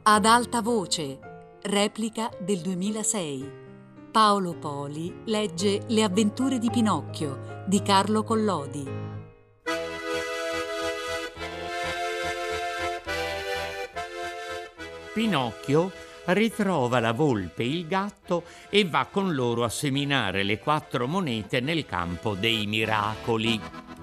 Ad alta voce, replica del 2006. Paolo Poli legge Le avventure di Pinocchio di Carlo Collodi. Pinocchio ritrova la volpe e il gatto e va con loro a seminare le 4 monete nel campo dei miracoli.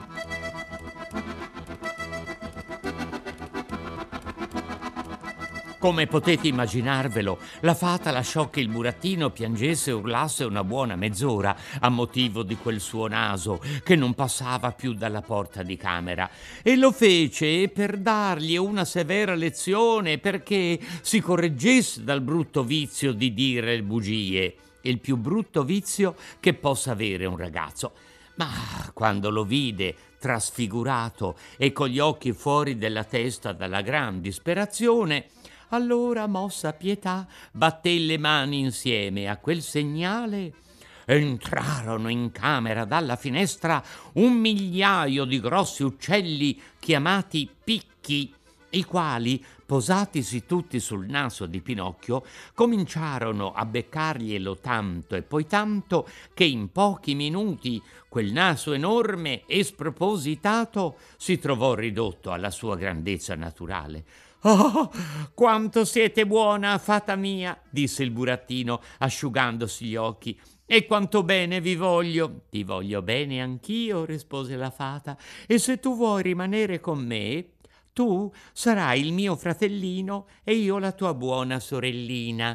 Come potete immaginarvelo, la fata lasciò che il burattino piangesse e urlasse una buona mezz'ora a motivo di quel suo naso che non passava più dalla porta di camera, e lo fece per dargli una severa lezione perché si correggesse dal brutto vizio di dire le bugie, il più brutto vizio che possa avere un ragazzo. Ma quando lo vide trasfigurato e con gli occhi fuori della testa dalla gran disperazione, allora, mossa pietà, batté le mani insieme. A quel segnale entrarono in camera dalla finestra 1.000.000 di grossi uccelli chiamati picchi, i quali, posatisi tutti sul naso di Pinocchio, cominciarono a beccarglielo tanto e poi tanto che in pochi minuti quel naso enorme e spropositato si trovò ridotto alla sua grandezza naturale. «Oh, quanto siete buona, fata mia!» disse il burattino, asciugandosi gli occhi. «E quanto bene vi voglio!» «Ti voglio bene anch'io», rispose la fata, «e se tu vuoi rimanere con me, tu sarai il mio fratellino e io la tua buona sorellina».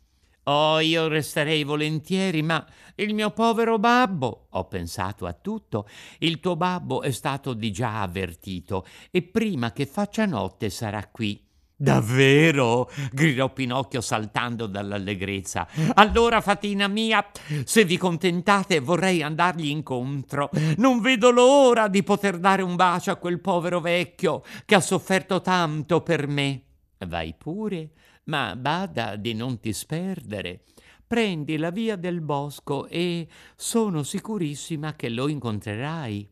«Oh, io resterei volentieri, ma il mio povero babbo...» «Ho pensato a tutto. Il tuo babbo è stato di già avvertito e prima che faccia notte sarà qui». «Davvero?» gridò Pinocchio saltando dall'allegrezza. «Allora, fatina mia, se vi contentate vorrei andargli incontro. Non vedo l'ora di poter dare un bacio a quel povero vecchio che ha sofferto tanto per me». «Vai pure, ma bada di non ti sperdere. Prendi la via del bosco e sono sicurissima che lo incontrerai».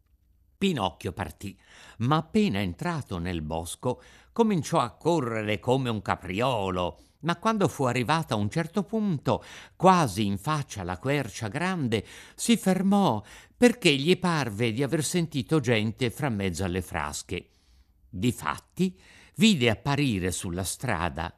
Pinocchio partì, ma appena entrato nel bosco cominciò a correre come un capriolo. Ma quando fu arrivato a un certo punto, quasi in faccia alla quercia grande, si fermò perché gli parve di aver sentito gente fra mezzo alle frasche. Difatti, vide apparire sulla strada,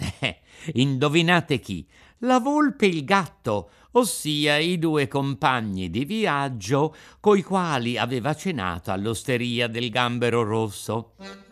indovinate chi? La volpe e il gatto, ossia i 2 compagni di viaggio coi quali aveva cenato all'osteria del Gambero Rosso.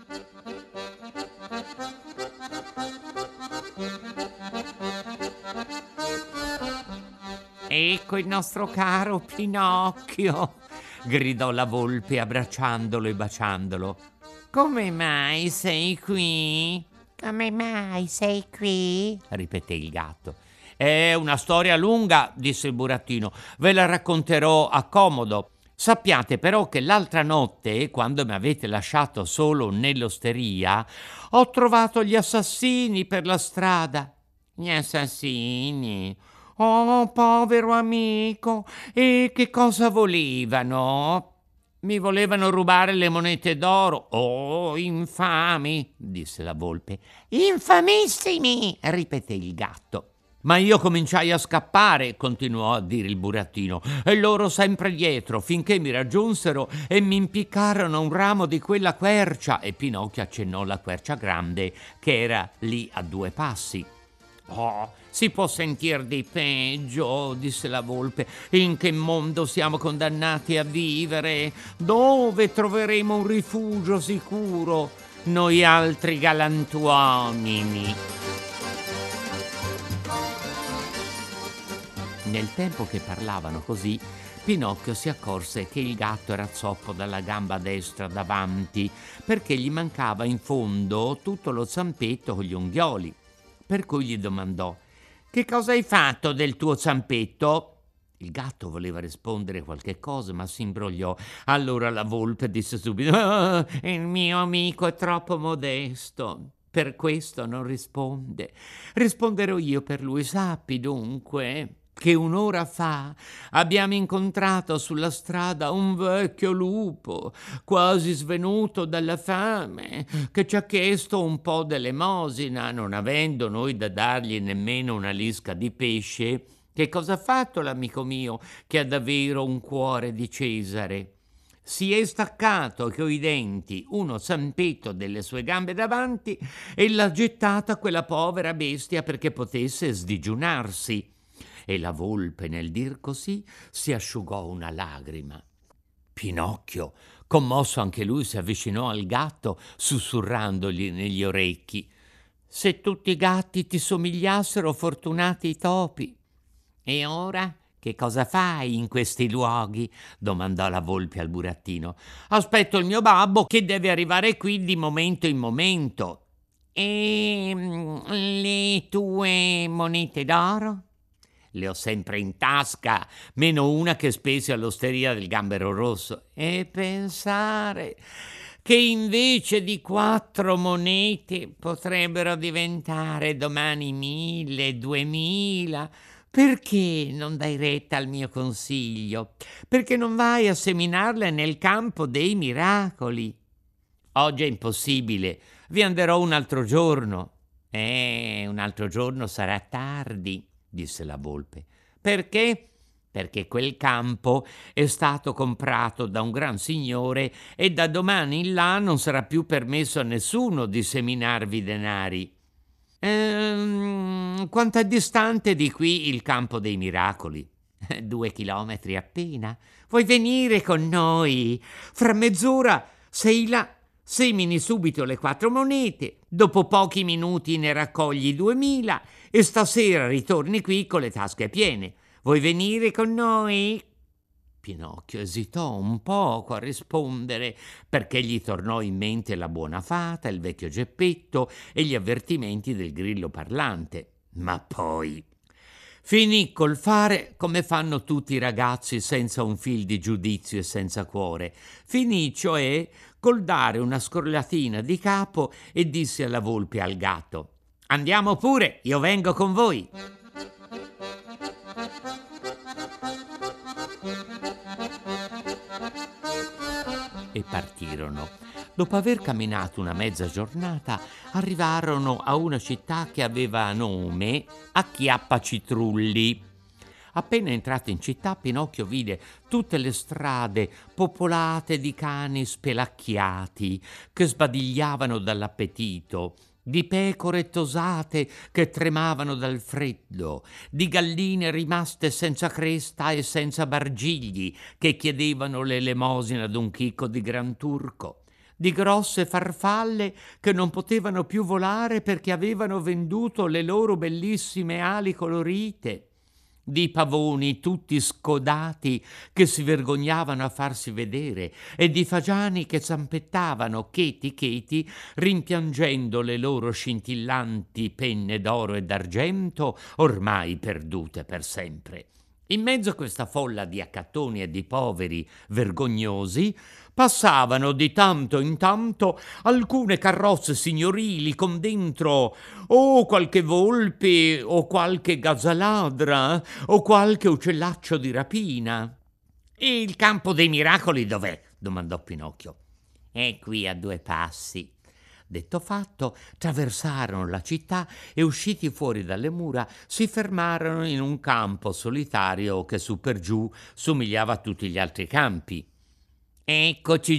«Ecco il nostro caro Pinocchio», gridò la volpe abbracciandolo e baciandolo. «Come mai sei qui?» «Come mai sei qui?» ripeté il gatto. «È una storia lunga», disse il burattino. «Ve la racconterò a comodo. Sappiate però che l'altra notte, quando mi avete lasciato solo nell'osteria, ho trovato gli assassini per la strada». «Gli assassini? Oh, povero amico! E che cosa volevano?» «Mi volevano rubare le monete d'oro». «Oh, infami!» disse la volpe. «Infamissimi!» ripeté il gatto. «Ma io cominciai a scappare», continuò a dire il burattino, «e loro sempre dietro, finché mi raggiunsero e mi impiccarono un ramo di quella quercia». E Pinocchio accennò la quercia grande che era lì a 2 passi. «Oh, si può sentir di peggio», disse la volpe. «In che mondo siamo condannati a vivere? Dove troveremo un rifugio sicuro, noi altri galantuomini?» Nel tempo che parlavano così, Pinocchio si accorse che il gatto era zoppo dalla gamba destra davanti, perché gli mancava in fondo tutto lo zampetto con gli unghioli. Per cui gli domandò: «Che cosa hai fatto del tuo zampetto?» Il gatto voleva rispondere qualche cosa, ma si imbrogliò. Allora la volpe disse subito: «Ah, il mio amico è troppo modesto, per questo non risponde. Risponderò io per lui, sappi dunque». che un'ora fa abbiamo incontrato sulla strada un vecchio lupo, quasi svenuto dalla fame, che ci ha chiesto un po' d'elemosina, non avendo noi da dargli nemmeno una lisca di pesce. Che cosa ha fatto l'amico mio, che ha davvero un cuore di Cesare? Si è staccato coi denti uno zampetto delle sue gambe davanti e l'ha gettato a quella povera bestia perché potesse sdigiunarsi. E la volpe, nel dir così, si asciugò una lagrima. Pinocchio, commosso anche lui, si avvicinò al gatto, sussurrandogli negli orecchi: «Se tutti i gatti ti somigliassero, fortunati i topi!» «E ora che cosa fai in questi luoghi?» domandò la volpe al burattino. «Aspetto il mio babbo, che deve arrivare qui di momento in momento.» «E le tue monete d'oro?» «Le ho sempre in tasca, meno una che spesi all'osteria del Gambero Rosso.» «E pensare che invece di 4 monete potrebbero diventare domani 1.000, 2.000. Perché non dai retta al mio consiglio? Perché non vai a seminarle nel campo dei miracoli?» «Oggi è impossibile, vi anderò un altro giorno.» Un altro giorno sarà tardi», disse la volpe. «Perché?» «Perché quel campo è stato comprato da un gran signore e da domani in là non sarà più permesso a nessuno di seminarvi denari.» «Quanto è distante di qui il campo dei miracoli?» «2 chilometri appena. Vuoi venire con noi? Fra mezz'ora sei là, semini subito le 4 monete, dopo pochi minuti ne raccogli 2.000 e stasera ritorni qui con le tasche piene. Vuoi venire con noi?» Pinocchio esitò un poco a rispondere, perché gli tornò in mente la buona fata, il vecchio Geppetto e gli avvertimenti del grillo parlante. Ma poi finì col fare come fanno tutti i ragazzi senza un fil di giudizio e senza cuore. Finì, cioè, col dare una scorlatina di capo e disse alla volpe e al gatto: «Andiamo pure, io vengo con voi.» E partirono. Dopo aver camminato una mezza giornata, arrivarono a una città che aveva nome Acchiappacitrulli. Appena entrato in città, Pinocchio vide tutte le strade popolate di cani spelacchiati che sbadigliavano dall'appetito, di pecore tosate che tremavano dal freddo, di galline rimaste senza cresta e senza bargigli che chiedevano l'elemosina ad un chicco di Granturco, di grosse farfalle che non potevano più volare perché avevano venduto le loro bellissime ali colorite, di pavoni tutti scodati che si vergognavano a farsi vedere e di fagiani che zampettavano cheti cheti rimpiangendo le loro scintillanti penne d'oro e d'argento ormai perdute per sempre. In mezzo a questa folla di accattoni e di poveri vergognosi passavano di tanto in tanto alcune carrozze signorili con dentro o qualche volpe o qualche gazzaladra o qualche uccellaccio di rapina. «E il campo dei miracoli dov'è?» domandò Pinocchio. «È qui a 2 passi.» Detto fatto, traversarono la città e usciti fuori dalle mura si fermarono in un campo solitario che su per giù somigliava a tutti gli altri campi. «Eccoci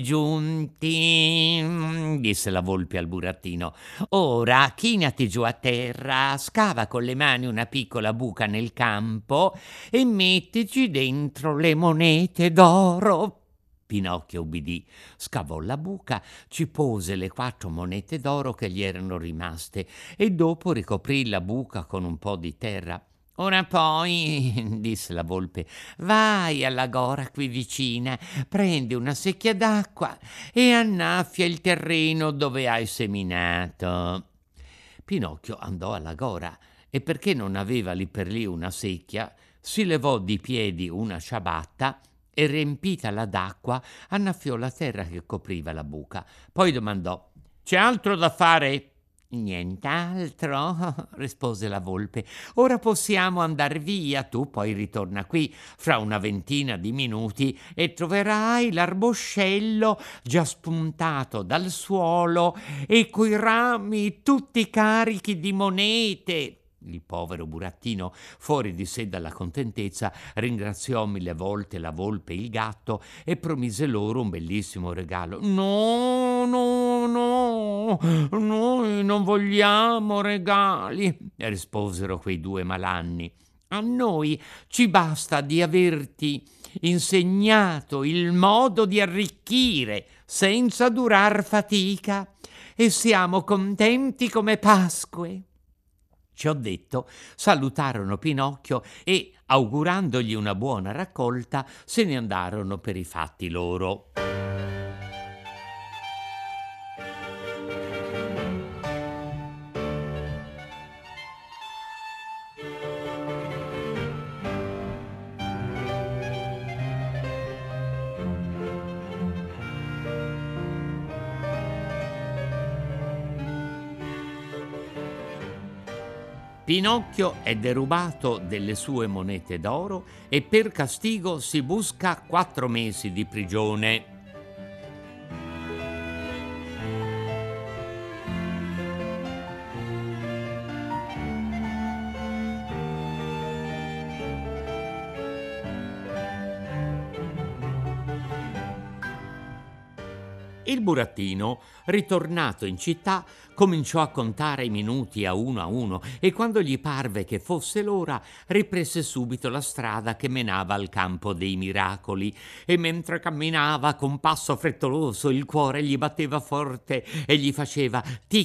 giunti», disse la volpe al burattino. «Ora chinati giù a terra, scava con le mani una piccola buca nel campo e mettici dentro le monete d'oro.» Pinocchio ubbidì, scavò la buca, ci pose le 4 monete d'oro che gli erano rimaste e dopo ricoprì la buca con un po' di terra. «Ora poi», disse la volpe, «vai alla gora qui vicina, prendi una secchia d'acqua e annaffia il terreno dove hai seminato.» Pinocchio andò alla gora e, perché non aveva lì per lì una secchia, si levò di piedi una ciabatta e, riempitala d'acqua, annaffiò la terra che copriva la buca. Poi domandò: «C'è altro da fare?» Nient'altro, rispose la volpe. Ora possiamo andar via. Tu poi ritorna qui fra una ventina di minuti e troverai l'arboscello già spuntato dal suolo e coi rami tutti carichi di monete. Il povero burattino, fuori di sé dalla contentezza, ringraziò 1000 volte la volpe e il gatto e promise loro un bellissimo regalo. No, no, no, noi non vogliamo regali, risposero quei due malanni. A noi ci basta di averti insegnato il modo di arricchire senza durar fatica e siamo contenti come Pasque. Ciò detto, salutarono Pinocchio e, augurandogli una buona raccolta, se ne andarono per i fatti loro. Pinocchio è derubato delle sue monete d'oro e per castigo si busca 4 mesi di prigione. Il burattino, ritornato in città, cominciò a contare i minuti a uno e quando gli parve che fosse l'ora, riprese subito la strada che menava al campo dei miracoli e mentre camminava con passo frettoloso il cuore gli batteva forte e gli faceva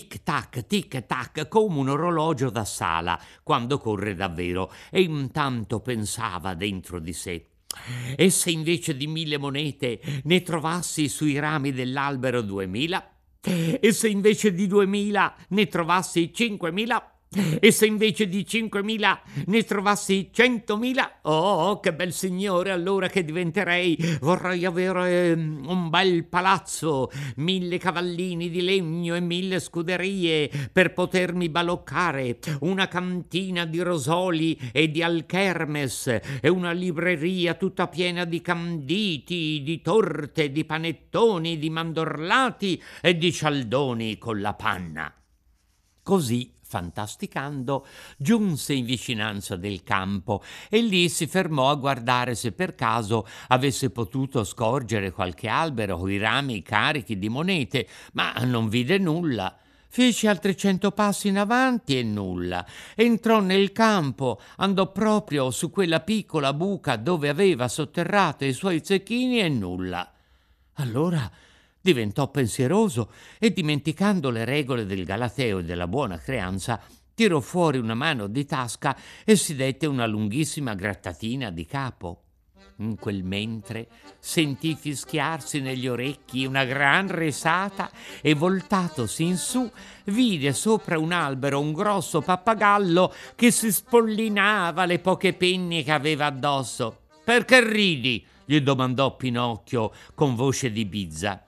tic tac come un orologio da sala quando corre davvero e intanto pensava dentro di sé: e se invece di 1000 monete ne trovassi sui rami dell'albero 2000? E se invece di 2000 ne trovassi 5000? E se invece di 5.000 ne trovassi 100.000? Oh, che bel signore allora che diventerei! Vorrei avere un bel palazzo, 1000 cavallini di legno e 1000 scuderie per potermi baloccare, una cantina di rosoli e di alchermes e una libreria tutta piena di canditi, di torte, di panettoni, di mandorlati e di cialdoni con la panna. Così, fantasticando, giunse in vicinanza del campo e lì si fermò a guardare se per caso avesse potuto scorgere qualche albero coi rami carichi di monete, ma non vide nulla. Fece altri 100 passi in avanti e nulla. Entrò nel campo, andò proprio su quella piccola buca dove aveva sotterrato i suoi zecchini e nulla. Allora diventò pensieroso e, dimenticando le regole del galateo e della buona creanza, tirò fuori una mano di tasca e si dette una lunghissima grattatina di capo. In quel mentre sentì fischiarsi negli orecchi una gran risata e, voltatosi in su, vide sopra un albero un grosso pappagallo che si spollinava le poche penne che aveva addosso. «Perché ridi?» gli domandò Pinocchio con voce di bizza.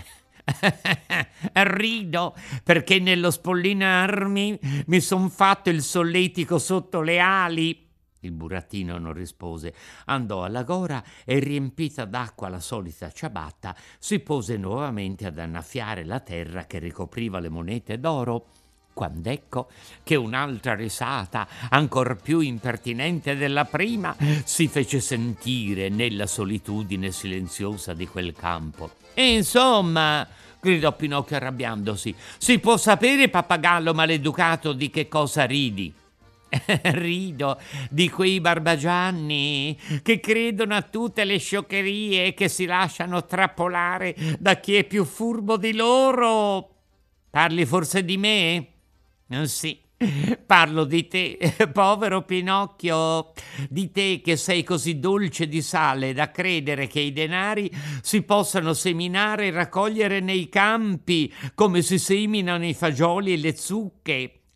«Rido perché nello spollinarmi mi son fatto il solletico sotto le ali». Il burattino non rispose, andò alla gora e, riempita d'acqua la solita ciabatta, si pose nuovamente ad annaffiare la terra che ricopriva le monete d'oro, quand'ecco che un'altra risata, ancor più impertinente della prima, si fece sentire nella solitudine silenziosa di quel campo. «Insomma», gridò Pinocchio arrabbiandosi, «si può sapere, pappagallo maleducato, di che cosa ridi?» «Rido di quei barbagianni che credono a tutte le scioccherie e che si lasciano trappolare da chi è più furbo di loro». «Parli forse di me?» «Sì, parlo di te, povero Pinocchio, di te che sei così dolce di sale da credere che i denari si possano seminare e raccogliere nei campi come si seminano i fagioli e le zucche.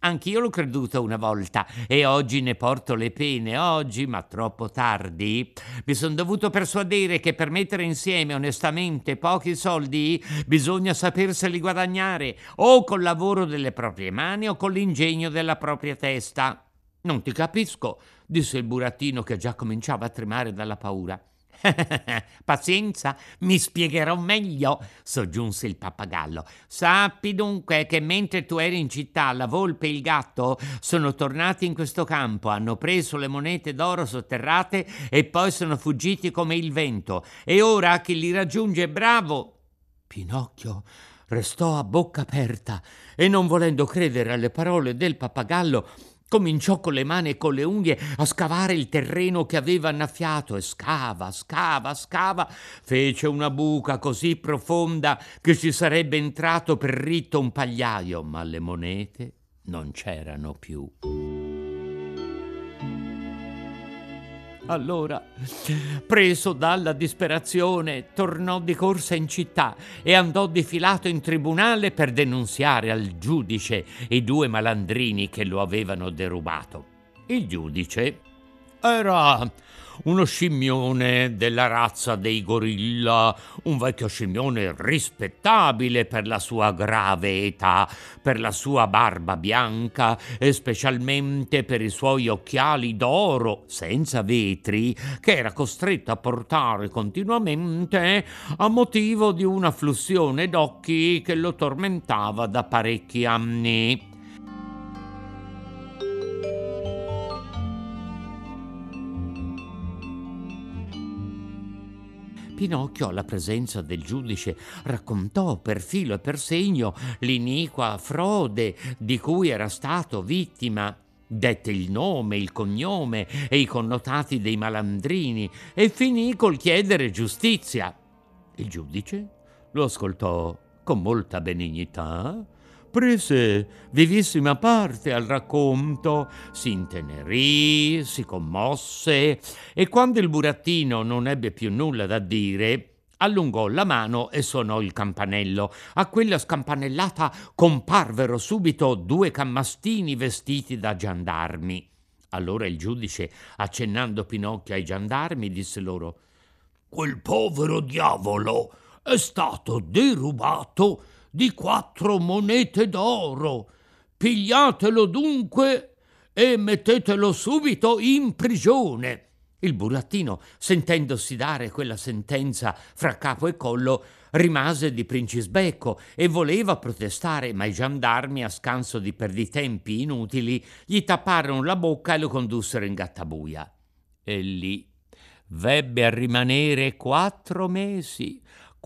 Anch'io l'ho creduto una volta e oggi ne porto le pene, oggi, ma troppo tardi. Mi son dovuto persuadere che per mettere insieme onestamente pochi soldi bisogna saperseli guadagnare o col lavoro delle proprie mani o con l'ingegno della propria testa. Non ti capisco, disse il burattino che già cominciava a tremare dalla paura. Pazienza, mi spiegherò meglio, soggiunse il pappagallo. Sappi dunque che mentre tu eri in città, la volpe e il gatto sono tornati in questo campo, hanno preso le monete d'oro sotterrate e poi sono fuggiti come il vento. E ora chi li raggiunge è bravo. Pinocchio restò a bocca aperta e, non volendo credere alle parole del pappagallo, cominciò con le mani e con le unghie a scavare il terreno che aveva annaffiato e scava, fece una buca così profonda che ci sarebbe entrato per ritto un pagliaio, ma le monete non c'erano più. Allora, preso dalla disperazione, tornò di corsa in città e andò difilato in tribunale per denunziare al giudice i 2 malandrini che lo avevano derubato. Il giudice era uno scimmione della razza dei gorilla, un vecchio scimmione rispettabile per la sua grave età, per la sua barba bianca e specialmente per i suoi occhiali d'oro senza vetri che era costretto a portare continuamente a motivo di una flussione d'occhi che lo tormentava da parecchi anni. Pinocchio, alla presenza del giudice, raccontò per filo e per segno l'iniqua frode di cui era stato vittima. Dette il nome, il cognome e i connotati dei malandrini e finì col chiedere giustizia. Il giudice lo ascoltò con molta benignità, prese vivissima parte al racconto, si intenerì, si commosse e quando il burattino non ebbe più nulla da dire, allungò la mano e suonò il campanello. A quella scampanellata comparvero subito 2 cammastini vestiti da giandarmi. Allora il giudice, accennando Pinocchio ai giandarmi, disse loro: «Quel povero diavolo è stato derubato di 4 monete d'oro. Pigliatelo dunque e mettetelo subito in prigione». Il burattino, sentendosi dare quella sentenza fra capo e collo, rimase di princisbecco e voleva protestare, ma i giandarmi, a scanso di perditempi inutili, gli tapparono la bocca e lo condussero in gattabuia. E lì vebbe a rimanere 4 mesi,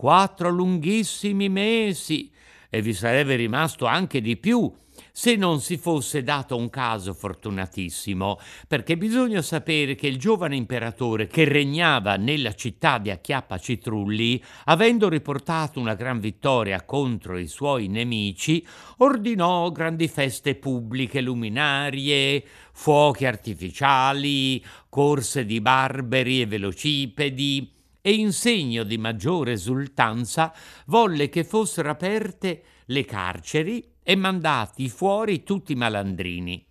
4 lunghissimi mesi, e vi sarebbe rimasto anche di più se non si fosse dato un caso fortunatissimo, perché bisogna sapere che il giovane imperatore che regnava nella città di Acchiappacitrulli, avendo riportato una gran vittoria contro i suoi nemici, ordinò grandi feste pubbliche, luminarie, fuochi artificiali, corse di barberi e velocipedi, e in segno di maggiore esultanza volle che fossero aperte le carceri e mandati fuori tutti i malandrini.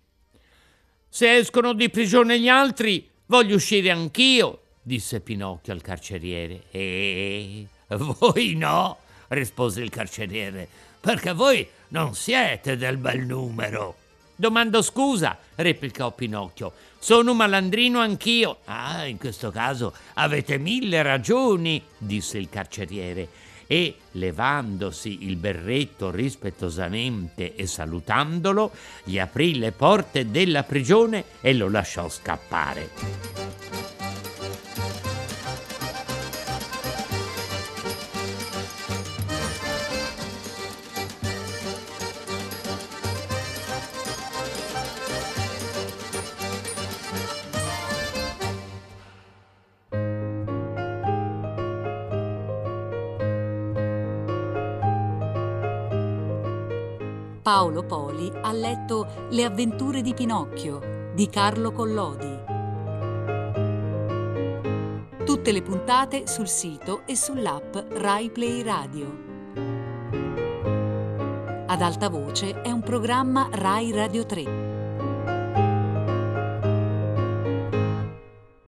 «Se escono di prigione gli altri, voglio uscire anch'io», disse Pinocchio al carceriere. Voi no», rispose il carceriere, «perché voi non siete del bel numero». «Domando scusa», replicò Pinocchio, «sono un malandrino anch'io». «Ah, in questo caso avete 1000 ragioni», disse il carceriere, e, levandosi il berretto rispettosamente e salutandolo, gli aprì le porte della prigione e lo lasciò scappare. Paolo Poli ha letto Le avventure di Pinocchio di Carlo Collodi. Tutte le puntate sul sito e sull'app Rai Play Radio. Ad alta voce è un programma Rai Radio 3.